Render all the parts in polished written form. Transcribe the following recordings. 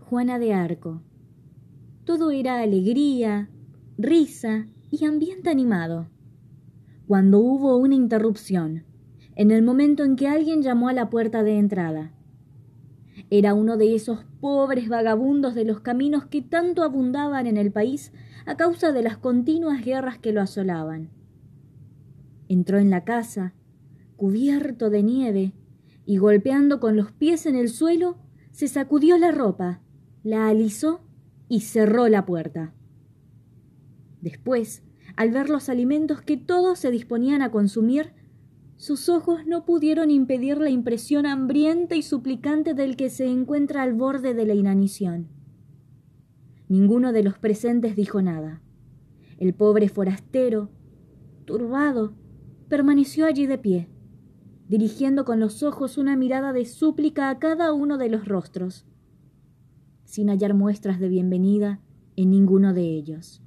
Juana de Arco. Todo era alegría, risa y ambiente animado. Cuando hubo una interrupción, en el momento en que alguien llamó a la puerta de entrada. Era uno de esos pobres vagabundos de los caminos que tanto abundaban en el país a causa de las continuas guerras que lo asolaban. Entró en la casa, cubierto de nieve, y golpeando con los pies en el suelo, se sacudió la ropa, la alisó y cerró la puerta. Después, al ver los alimentos que todos se disponían a consumir, sus ojos no pudieron impedir la impresión hambrienta y suplicante del que se encuentra al borde de la inanición. Ninguno de los presentes dijo nada. El pobre forastero, turbado, permaneció allí de pie, dirigiendo con los ojos una mirada de súplica a cada uno de los rostros, sin hallar muestras de bienvenida en ninguno de ellos.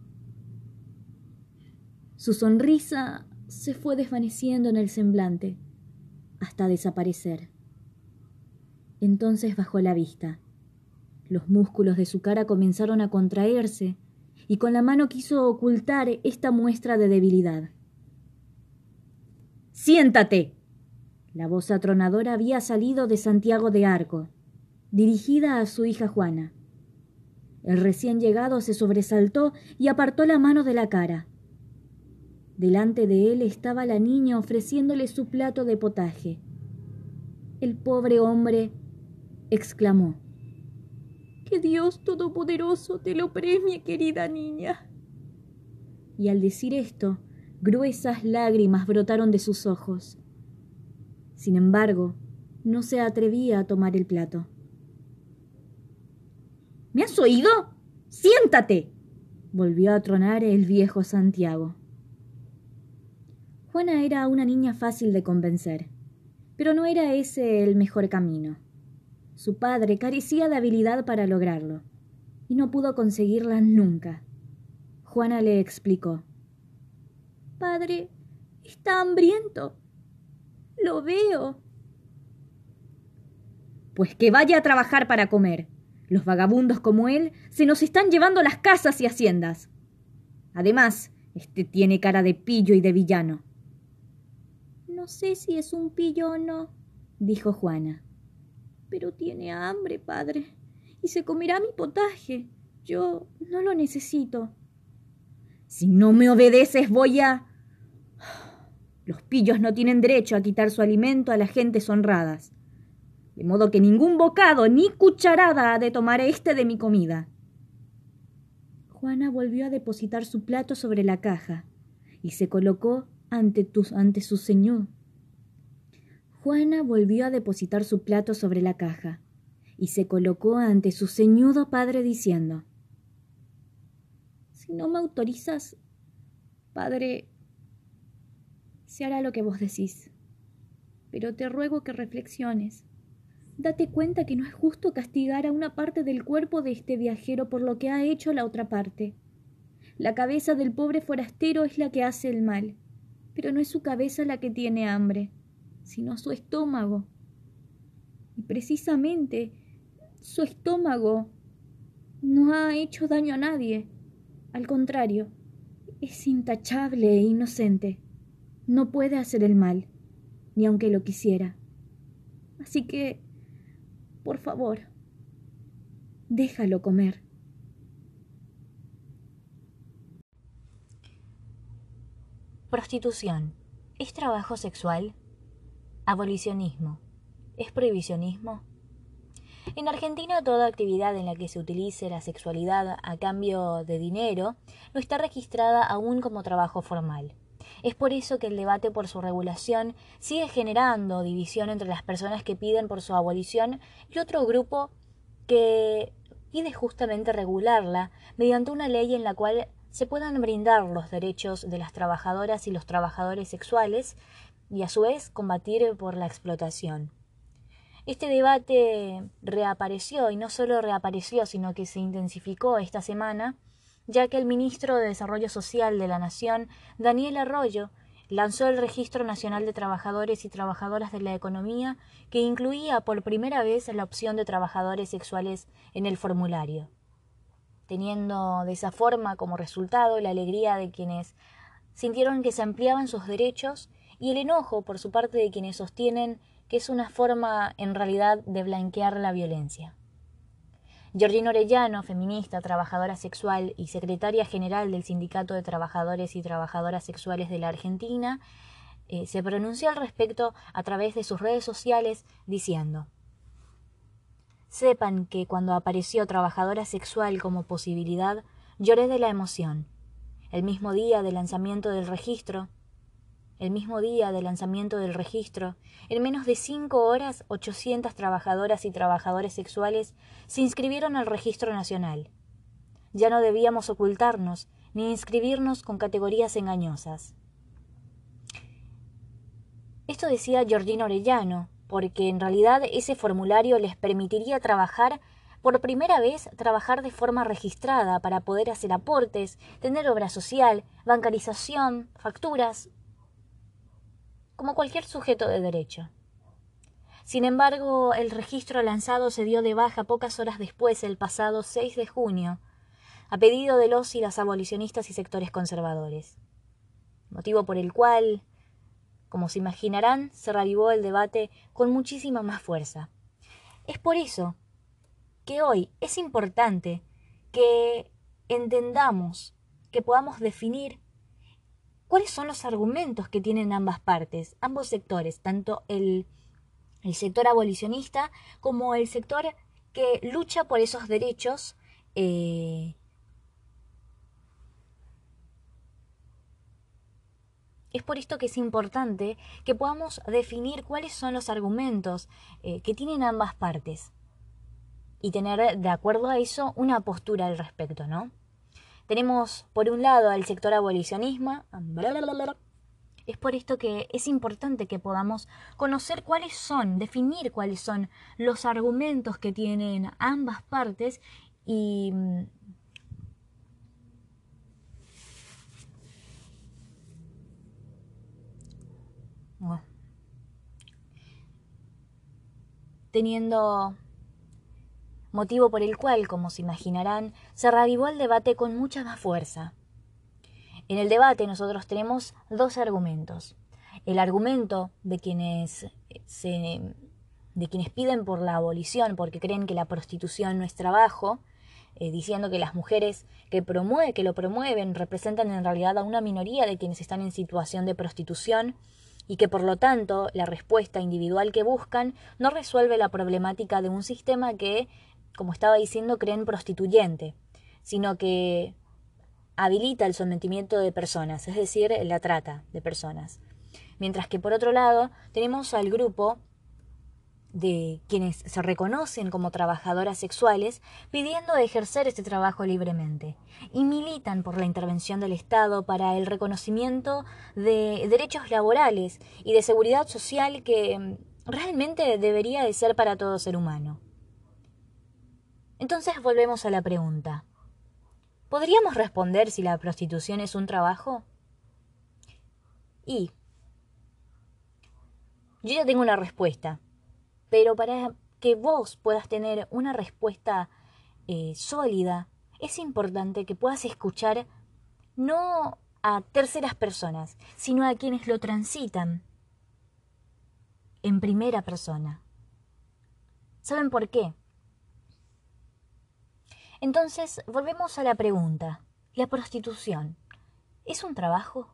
Su sonrisa se fue desvaneciendo en el semblante, hasta desaparecer. Entonces bajó la vista. Los músculos de su cara comenzaron a contraerse, y con la mano quiso ocultar esta muestra de debilidad. «¡Siéntate!». La voz atronadora había salido de Santiago de Arco, dirigida a su hija Juana. El recién llegado se sobresaltó y apartó la mano de la cara. Delante de él estaba la niña ofreciéndole su plato de potaje. El pobre hombre exclamó: «¡Que Dios Todopoderoso te lo premie, querida niña!». Y al decir esto, gruesas lágrimas brotaron de sus ojos. Sin embargo, no se atrevía a tomar el plato. «¿Me has oído? ¡Siéntate!», volvió a tronar el viejo Santiago. Juana era una niña fácil de convencer, pero no era ese el mejor camino. Su padre carecía de habilidad para lograrlo, y no pudo conseguirla nunca. Juana le explicó: «Padre, está hambriento. Lo veo». «Pues que vaya a trabajar para comer. Los vagabundos como él se nos están llevando las casas y haciendas. Además, tiene cara de pillo y de villano». «No sé si es un pillo o no», dijo Juana. «Pero tiene hambre, padre, y se comerá mi potaje. Yo no lo necesito». «Si no me obedeces, voy a...». «Los pillos no tienen derecho a quitar su alimento a las gentes honradas. De modo que ningún bocado ni cucharada ha de tomar de mi comida». Juana volvió a depositar su plato sobre la caja y se colocó ante su señor. Juana volvió a depositar su plato sobre la caja y se colocó ante su ceñudo padre diciendo: «Si no me autorizas, padre, se hará lo que vos decís. Pero te ruego que reflexiones. Date cuenta que no es justo castigar a una parte del cuerpo de este viajero por lo que ha hecho la otra parte. La cabeza del pobre forastero es la que hace el mal, pero no es su cabeza la que tiene hambre, sino su estómago. Y precisamente su estómago no ha hecho daño a nadie. Al contrario, es intachable e inocente. No puede hacer el mal, ni aunque lo quisiera. Así que, por favor, déjalo comer». Prostitución. ¿Es trabajo sexual? Abolicionismo. ¿Es prohibicionismo? En Argentina, toda actividad en la que se utilice la sexualidad a cambio de dinero no está registrada aún como trabajo formal. Es por eso que el debate por su regulación sigue generando división entre las personas que piden por su abolición y otro grupo que pide justamente regularla mediante una ley en la cual se puedan brindar los derechos de las trabajadoras y los trabajadores sexuales y a su vez combatir por la explotación. Este debate reapareció, y no solo reapareció, sino que se intensificó esta semana, ya que el ministro de Desarrollo Social de la Nación, Daniel Arroyo, lanzó el Registro Nacional de Trabajadores y Trabajadoras de la Economía, que incluía por primera vez la opción de trabajadores sexuales en el formulario, teniendo de esa forma como resultado la alegría de quienes sintieron que se ampliaban sus derechos y el enojo por su parte de quienes sostienen que es una forma en realidad de blanquear la violencia. Georgina Orellano, feminista, trabajadora sexual y secretaria general del Sindicato de Trabajadores y Trabajadoras Sexuales de la Argentina, se pronunció al respecto a través de sus redes sociales diciendo: «Sepan que cuando apareció trabajadora sexual como posibilidad, lloré de la emoción. El mismo día del lanzamiento del registro, en menos de 5 horas, 800 trabajadoras y trabajadores sexuales se inscribieron al Registro Nacional. Ya no debíamos ocultarnos ni inscribirnos con categorías engañosas». Esto decía Georgina Orellano, porque en realidad ese formulario les permitiría por primera vez trabajar de forma registrada para poder hacer aportes, tener obra social, bancarización, facturas, como cualquier sujeto de derecho. Sin embargo, el registro lanzado se dio de baja pocas horas después, el pasado 6 de junio, a pedido de los y las abolicionistas y sectores conservadores, motivo por el cual, como se imaginarán, se reavivó el debate con muchísima más fuerza. Es por eso que hoy es importante que entendamos, que podamos definir cuáles son los argumentos que tienen ambas partes, ambos sectores, tanto el sector abolicionista como el sector que lucha por esos derechos Es por esto que es importante que podamos definir cuáles son los argumentos que tienen ambas partes y tener de acuerdo a eso una postura al respecto, ¿no? Tenemos por un lado al sector abolicionismo. Es por esto que es importante que podamos definir cuáles son los argumentos que tienen ambas partes y teniendo motivo por el cual, como se imaginarán, se reavivó el debate con mucha más fuerza. En el debate nosotros tenemos dos argumentos. El argumento de quienes piden por la abolición porque creen que la prostitución no es trabajo, diciendo que las mujeres que lo promueven representan en realidad a una minoría de quienes están en situación de prostitución y que por lo tanto la respuesta individual que buscan no resuelve la problemática de un sistema que, como estaba diciendo, creen prostituyente, sino que habilita el sometimiento de personas, es decir, la trata de personas. Mientras que por otro lado tenemos al grupo de quienes se reconocen como trabajadoras sexuales pidiendo ejercer este trabajo libremente y militan por la intervención del Estado para el reconocimiento de derechos laborales y de seguridad social que realmente debería de ser para todo ser humano. Entonces volvemos a la pregunta: ¿podríamos responder si la prostitución es un trabajo? Y yo ya tengo una respuesta, pero para que vos puedas tener una respuesta sólida, es importante que puedas escuchar no a terceras personas, sino a quienes lo transitan en primera persona. ¿Saben por qué? Entonces, volvemos a la pregunta: ¿la prostitución es un trabajo?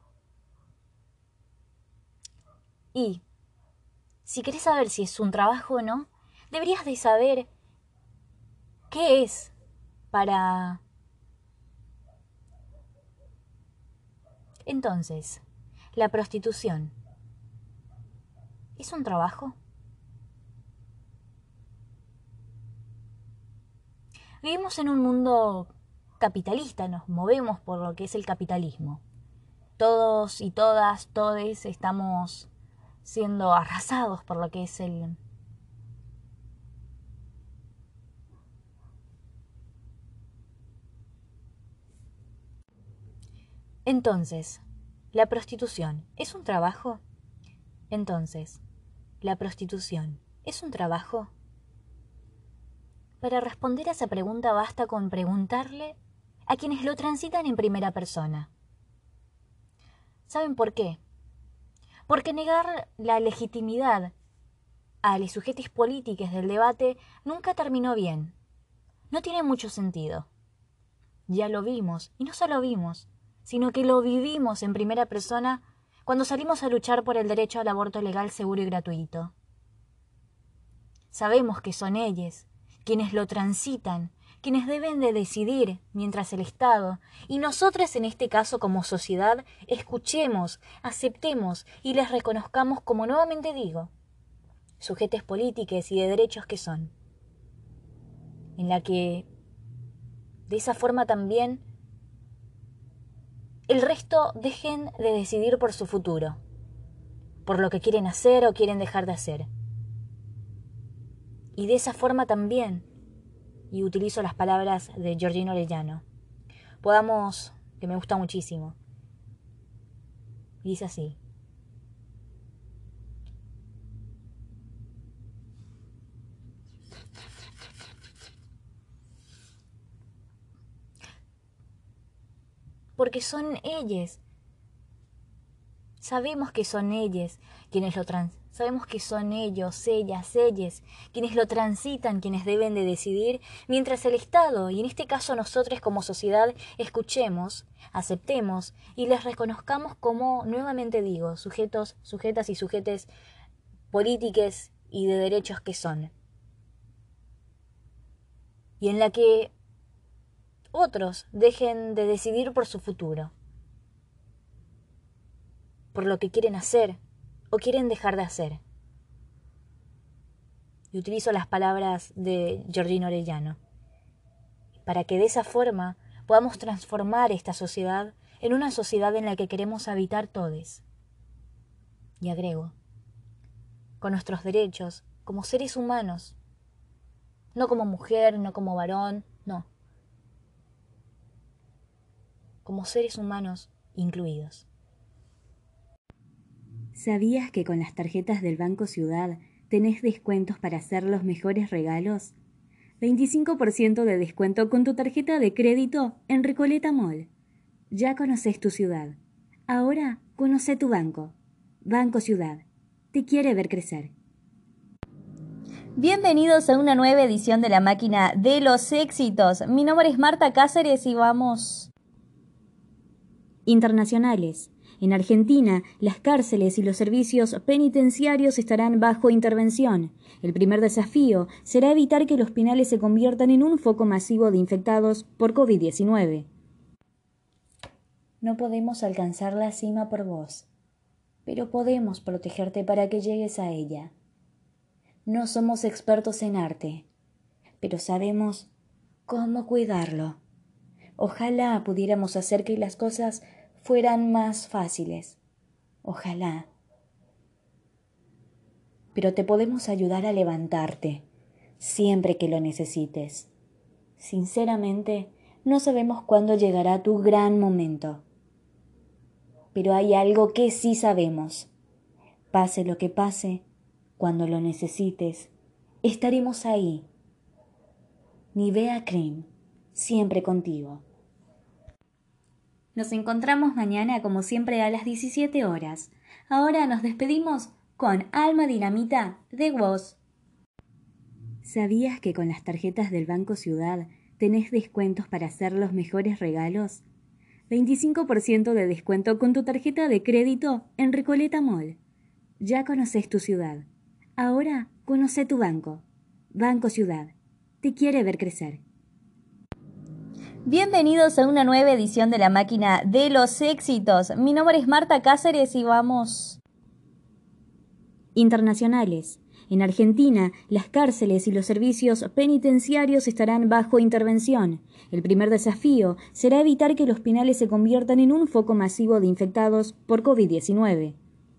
Y si querés saber si es un trabajo o no, deberías de saber qué es para... Entonces, ¿la prostitución es un trabajo? Vivimos en un mundo capitalista, nos movemos por lo que es el capitalismo. Todos y todas, todes estamos siendo arrasados por lo que es el... Entonces, ¿la prostitución es un trabajo? Entonces, ¿la prostitución es un trabajo? Para responder a esa pregunta basta con preguntarle a quienes lo transitan en primera persona. ¿Saben por qué? Porque negar la legitimidad a los sujetos políticos del debate nunca terminó bien. No tiene mucho sentido. Ya lo vimos, y no solo vimos, sino que lo vivimos en primera persona cuando salimos a luchar por el derecho al aborto legal, seguro y gratuito. Sabemos que son ellos quienes lo transitan, quienes deben de decidir, mientras el Estado, y nosotros en este caso como sociedad, escuchemos, aceptemos y les reconozcamos como, nuevamente digo, sujetos políticos y de derechos que son. En la que, de esa forma también, el resto dejen de decidir por su futuro, por lo que quieren hacer o quieren dejar de hacer. Y de esa forma también, y utilizo las palabras de Georgina Orellano, podamos, que me gusta muchísimo, y dice así: porque son ellos, sabemos que son ellos quienes lo sabemos que son ellos, ellas, quienes lo transitan, quienes deben de decidir, mientras el Estado, y en este caso nosotros como sociedad, escuchemos, aceptemos y les reconozcamos como, nuevamente digo, sujetos, sujetas y sujetes políticos y de derechos que son. Y en la que otros dejen de decidir por su futuro, por lo que quieren hacer o quieren dejar de hacer. Y utilizo las palabras de Georgina Orellano, para que de esa forma podamos transformar esta sociedad en una sociedad en la que queremos habitar todos. Y agrego, con nuestros derechos, como seres humanos, no como mujer, no como varón, no, como seres humanos incluidos. ¿Sabías que con las tarjetas del Banco Ciudad tenés descuentos para hacer los mejores regalos? 25% de descuento con tu tarjeta de crédito en Recoleta Mall. Ya conoces tu ciudad. Ahora conoce tu banco. Banco Ciudad. Te quiere ver crecer. Bienvenidos a una nueva edición de La Máquina de los Éxitos. Mi nombre es Marta Cáceres y vamos... Internacionales. En Argentina, las cárceles y los servicios penitenciarios estarán bajo intervención. El primer desafío será evitar que los penales se conviertan en un foco masivo de infectados por COVID-19. No podemos alcanzar la cima por vos, pero podemos protegerte para que llegues a ella. No somos expertos en arte, pero sabemos cómo cuidarlo. Ojalá pudiéramos hacer que las cosas fueran más fáciles. Ojalá. Pero te podemos ayudar a levantarte, siempre que lo necesites. Sinceramente, no sabemos cuándo llegará tu gran momento. Pero hay algo que sí sabemos. Pase lo que pase, cuando lo necesites, estaremos ahí. Nivea Cream, siempre contigo. Nos encontramos mañana como siempre a las 17 horas. Ahora nos despedimos con Alma Dinamita de Woz. ¿Sabías que con las tarjetas del Banco Ciudad tenés descuentos para hacer los mejores regalos? 25% de descuento con tu tarjeta de crédito en Recoleta Mall. Ya conoces tu ciudad. Ahora conoce tu banco. Banco Ciudad. Te quiere ver crecer. Bienvenidos a una nueva edición de La Máquina de los Éxitos. Mi nombre es Marta Cáceres y vamos... Internacionales. En Argentina, las cárceles y los servicios penitenciarios estarán bajo intervención. El primer desafío será evitar que los penales se conviertan en un foco masivo de infectados por COVID-19.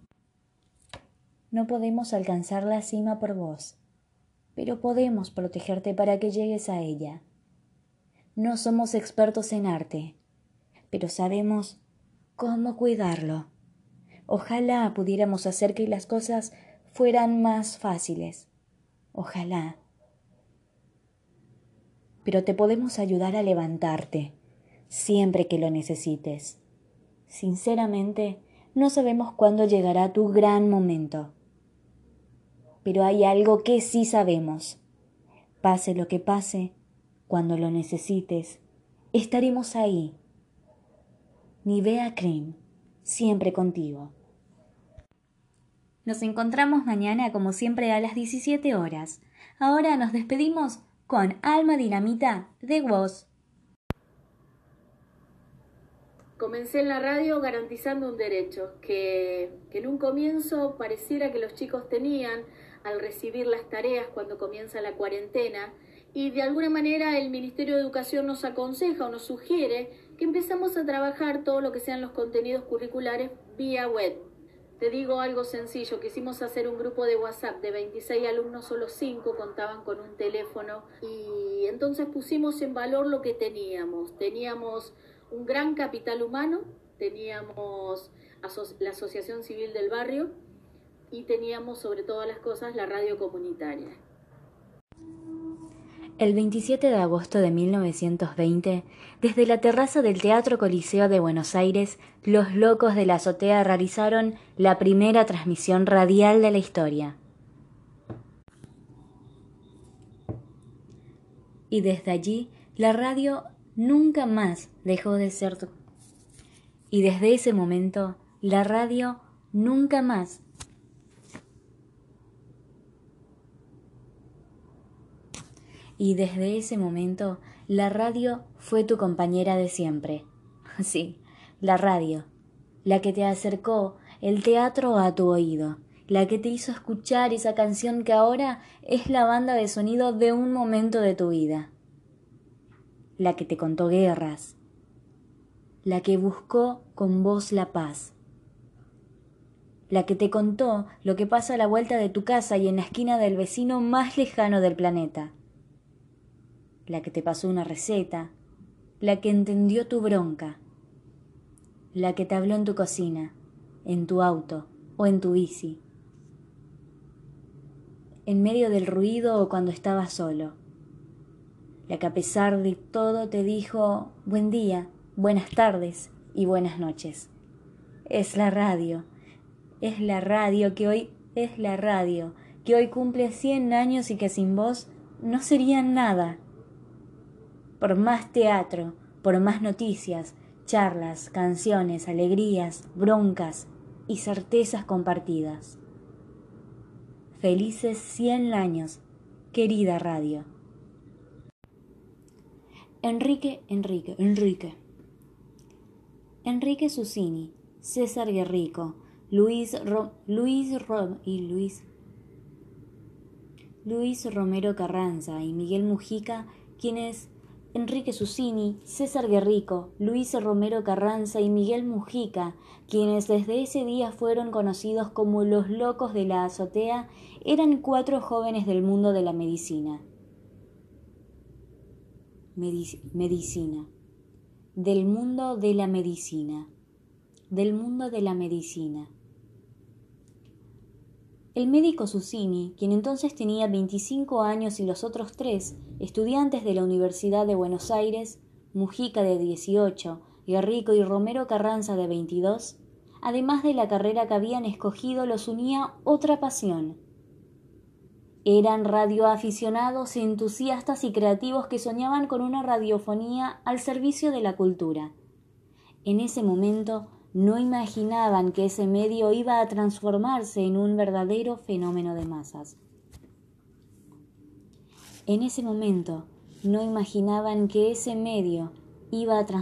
No podemos alcanzar la cima por vos, pero podemos protegerte para que llegues a ella. No somos expertos en arte, pero sabemos cómo cuidarlo. Ojalá pudiéramos hacer que las cosas fueran más fáciles. Ojalá. Pero te podemos ayudar a levantarte siempre que lo necesites. Sinceramente, no sabemos cuándo llegará tu gran momento. Pero hay algo que sí sabemos. Pase lo que pase, cuando lo necesites, estaremos ahí. Nivea Cream, siempre contigo. Nos encontramos mañana como siempre a las 17 horas. Ahora nos despedimos con Alma Dinamita de Woz. Comencé en la radio garantizando un derecho que en un comienzo pareciera que los chicos tenían al recibir las tareas cuando comienza la cuarentena, y de alguna manera el Ministerio de Educación nos aconseja o nos sugiere que empezamos a trabajar todo lo que sean los contenidos curriculares vía web. Te digo algo sencillo, quisimos hacer un grupo de WhatsApp de 26 alumnos, solo 5 contaban con un teléfono, y entonces pusimos en valor lo que teníamos. Teníamos un gran capital humano, teníamos la Asociación Civil del Barrio y teníamos sobre todas las cosas la radio comunitaria. El 27 de agosto de 1920, desde la terraza del Teatro Coliseo de Buenos Aires, los locos de la azotea realizaron la primera transmisión radial de la historia. Y desde allí, la radio nunca más dejó de ser. Y desde ese momento, la radio nunca más. Y desde ese momento, la radio fue tu compañera de siempre. Sí, la radio, la que te acercó el teatro a tu oído, la que te hizo escuchar esa canción que ahora es la banda de sonido de un momento de tu vida. La que te contó guerras, la que buscó con vos la paz, la que te contó lo que pasa a la vuelta de tu casa y en la esquina del vecino más lejano del planeta, la que te pasó una receta, la que entendió tu bronca, la que te habló en tu cocina, en tu auto o en tu bici, en medio del ruido o cuando estabas solo, la que a pesar de todo te dijo buen día, buenas tardes y buenas noches. Es la radio que hoy cumple 100 años y que sin vos no serían nada. Por más teatro, por más noticias, charlas, canciones, alegrías, broncas y certezas compartidas. Felices 100 años, querida radio. Enrique Susini, César Guerrico, Luis Romero Carranza y Miguel Mujica, quienes Enrique Susini, César Guerrico, Luis Romero Carranza y Miguel Mujica, quienes desde ese día fueron conocidos como los locos de la azotea, eran 4 jóvenes del mundo de la medicina. Del mundo de la medicina. El médico Susini, quien entonces tenía 25 años y los otros 3, estudiantes de la Universidad de Buenos Aires, Mujica de 18, Guerrico y Romero Carranza de 22, además de la carrera que habían escogido, los unía otra pasión. Eran radioaficionados, entusiastas y creativos que soñaban con una radiofonía al servicio de la cultura. En ese momento no imaginaban que ese medio iba a transformarse en un verdadero fenómeno de masas. En ese momento no imaginaban que ese medio iba a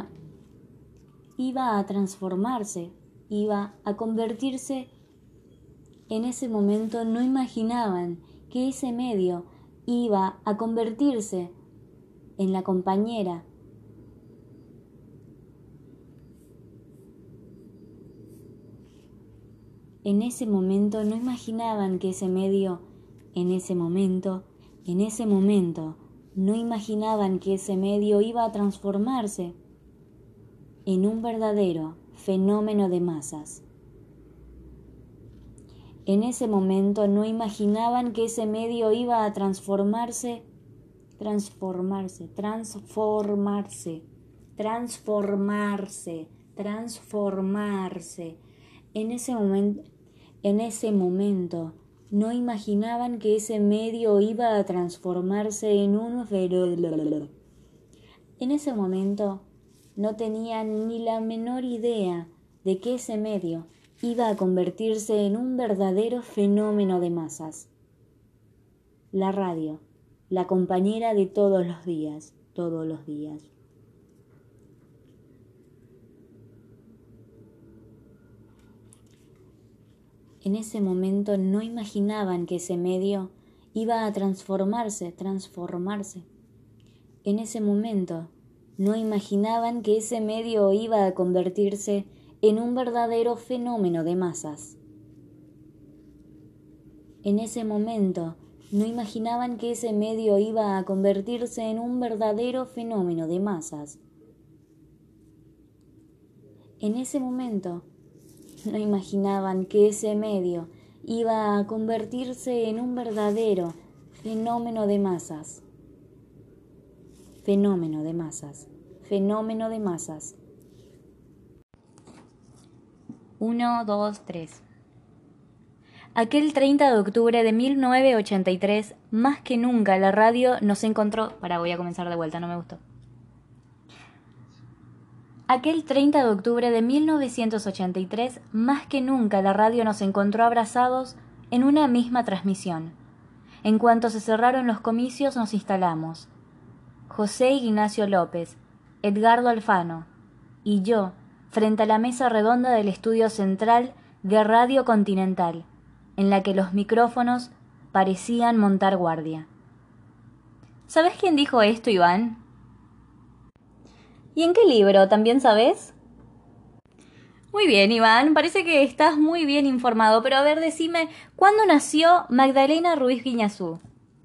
convertirse. En ese momento no imaginaban que ese medio iba a convertirse en la compañera En ese momento no imaginaban que ese medio, no imaginaban que ese medio iba a transformarse en un verdadero fenómeno de masas. En ese momento no imaginaban que ese medio iba a transformarse. En ese momento no imaginaban que ese medio iba a transformarse en un... En ese momento no tenían ni la menor idea de que ese medio iba a convertirse en un verdadero fenómeno de masas. La radio, la compañera de todos los días. En ese momento no imaginaban que ese medio iba a transformarse. En ese momento no imaginaban que ese medio iba a convertirse en un verdadero fenómeno de masas. En ese momento no imaginaban que ese medio iba a convertirse en un verdadero fenómeno de masas. En ese momento no imaginaban que ese medio iba a convertirse en un verdadero fenómeno de masas. Fenómeno de masas. 1, 2, 3. Aquel 30 de octubre de 1983, más que nunca la radio nos encontró... voy a comenzar de vuelta, no me gustó. Aquel 30 de octubre de 1983, más que nunca la radio nos encontró abrazados en una misma transmisión. En cuanto se cerraron los comicios nos instalamos. José Ignacio López, Edgardo Alfano y yo, frente a la mesa redonda del estudio central de Radio Continental, en la que los micrófonos parecían montar guardia. ¿Sabes quién dijo esto, Iván? ¿Y en qué libro? ¿También sabes? Muy bien, Iván, parece que estás muy bien informado, pero a ver, decime, ¿cuándo nació Magdalena Ruiz Guiñazú?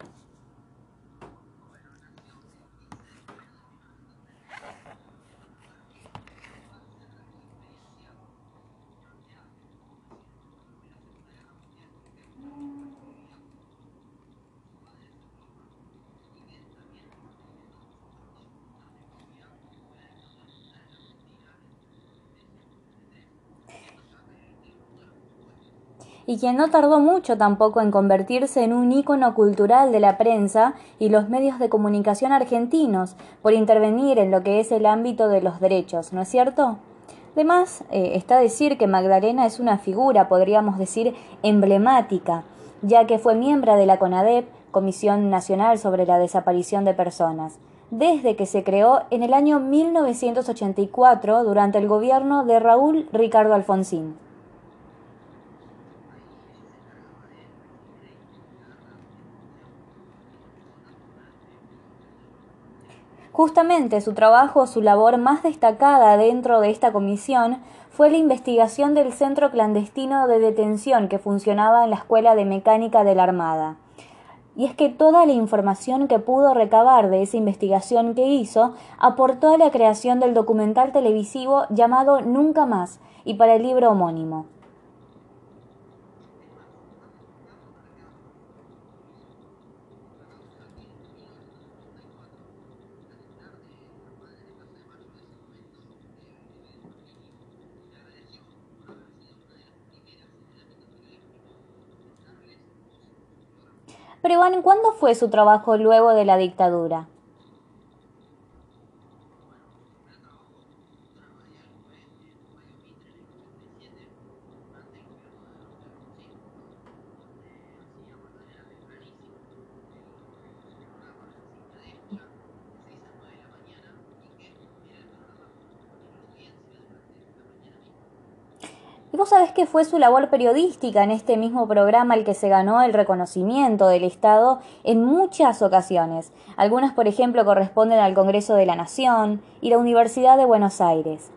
Y quien no tardó mucho tampoco en convertirse en un ícono cultural de la prensa y los medios de comunicación argentinos, por intervenir en lo que es el ámbito de los derechos, ¿no es cierto? Además, está decir que Magdalena es una figura, podríamos decir, emblemática, ya que fue miembro de la CONADEP, Comisión Nacional sobre la Desaparición de Personas, desde que se creó en el año 1984 durante el gobierno de Raúl Ricardo Alfonsín. Justamente su trabajo, su labor más destacada dentro de esta comisión fue la investigación del centro clandestino de detención que funcionaba en la Escuela de Mecánica de la Armada. Y es que toda la información que pudo recabar de esa investigación que hizo aportó a la creación del documental televisivo llamado Nunca Más y para el libro homónimo. Pero Iván, ¿cuándo fue su trabajo luego de la dictadura? ¿Y vos sabés qué fue su labor periodística en este mismo programa al que se ganó el reconocimiento del Estado en muchas ocasiones? Algunas, por ejemplo, corresponden al Congreso de la Nación y la Universidad de Buenos Aires.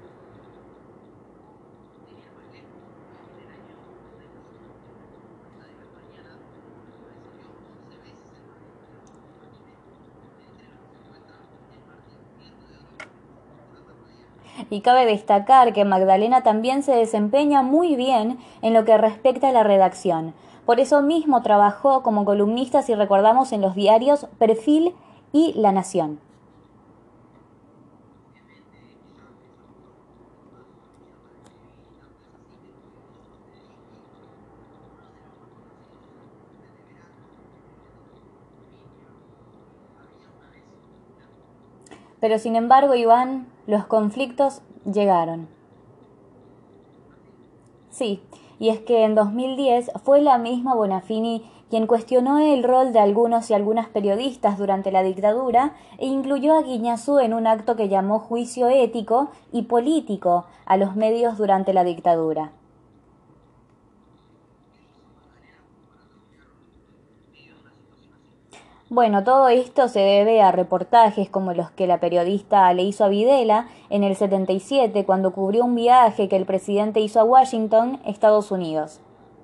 y cabe destacar que Magdalena también se desempeña muy bien en lo que respecta a la redacción. Por eso mismo trabajó como columnista, si recordamos, en los diarios Perfil y La Nación. Pero sin embargo, Iván, los conflictos llegaron. Sí, y es que en 2010 fue la misma Bonafini quien cuestionó el rol de algunos y algunas periodistas durante la dictadura e incluyó a Guiñazú en un acto que llamó juicio ético y político a los medios durante la dictadura. Bueno, todo esto se debe a reportajes como los que la periodista le hizo a Videla en el 77 cuando cubrió un viaje que el presidente hizo a Washington, Estados Unidos.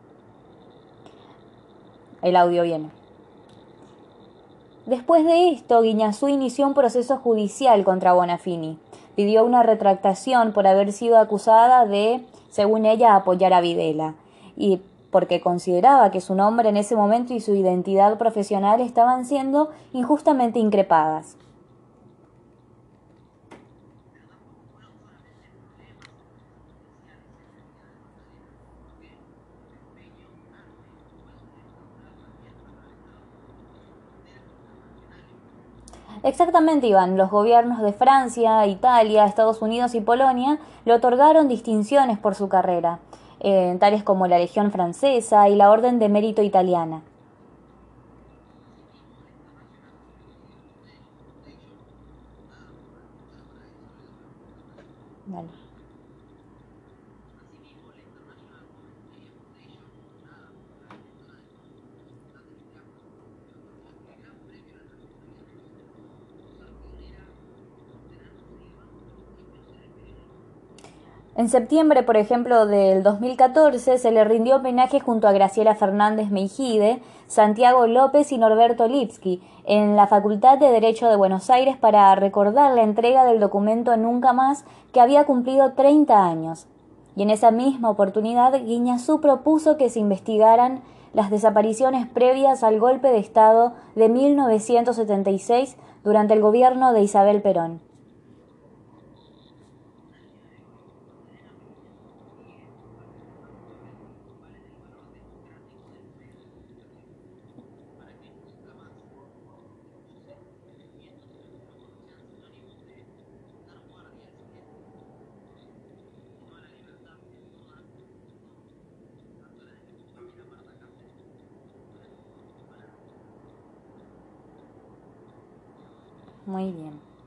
El audio viene. Después de esto, Guiñazú inició un proceso judicial contra Bonafini. Pidió una retractación por haber sido acusada de, según ella, apoyar a Videla. Y porque consideraba que su nombre en ese momento y su identidad profesional estaban siendo injustamente increpadas. Exactamente, Iván. Los gobiernos de Francia, Italia, Estados Unidos y Polonia le otorgaron distinciones por su carrera, tales como la Legión Francesa y la Orden de Mérito Italiana. Dale. En septiembre, por ejemplo, del 2014, se le rindió homenaje junto a Graciela Fernández Meijide, Santiago López y Norberto Lipski en la Facultad de Derecho de Buenos Aires para recordar la entrega del documento Nunca Más, que había cumplido 30 años. Y en esa misma oportunidad, Guiñazú propuso que se investigaran las desapariciones previas al golpe de Estado de 1976 durante el gobierno de Isabel Perón. Muy bien.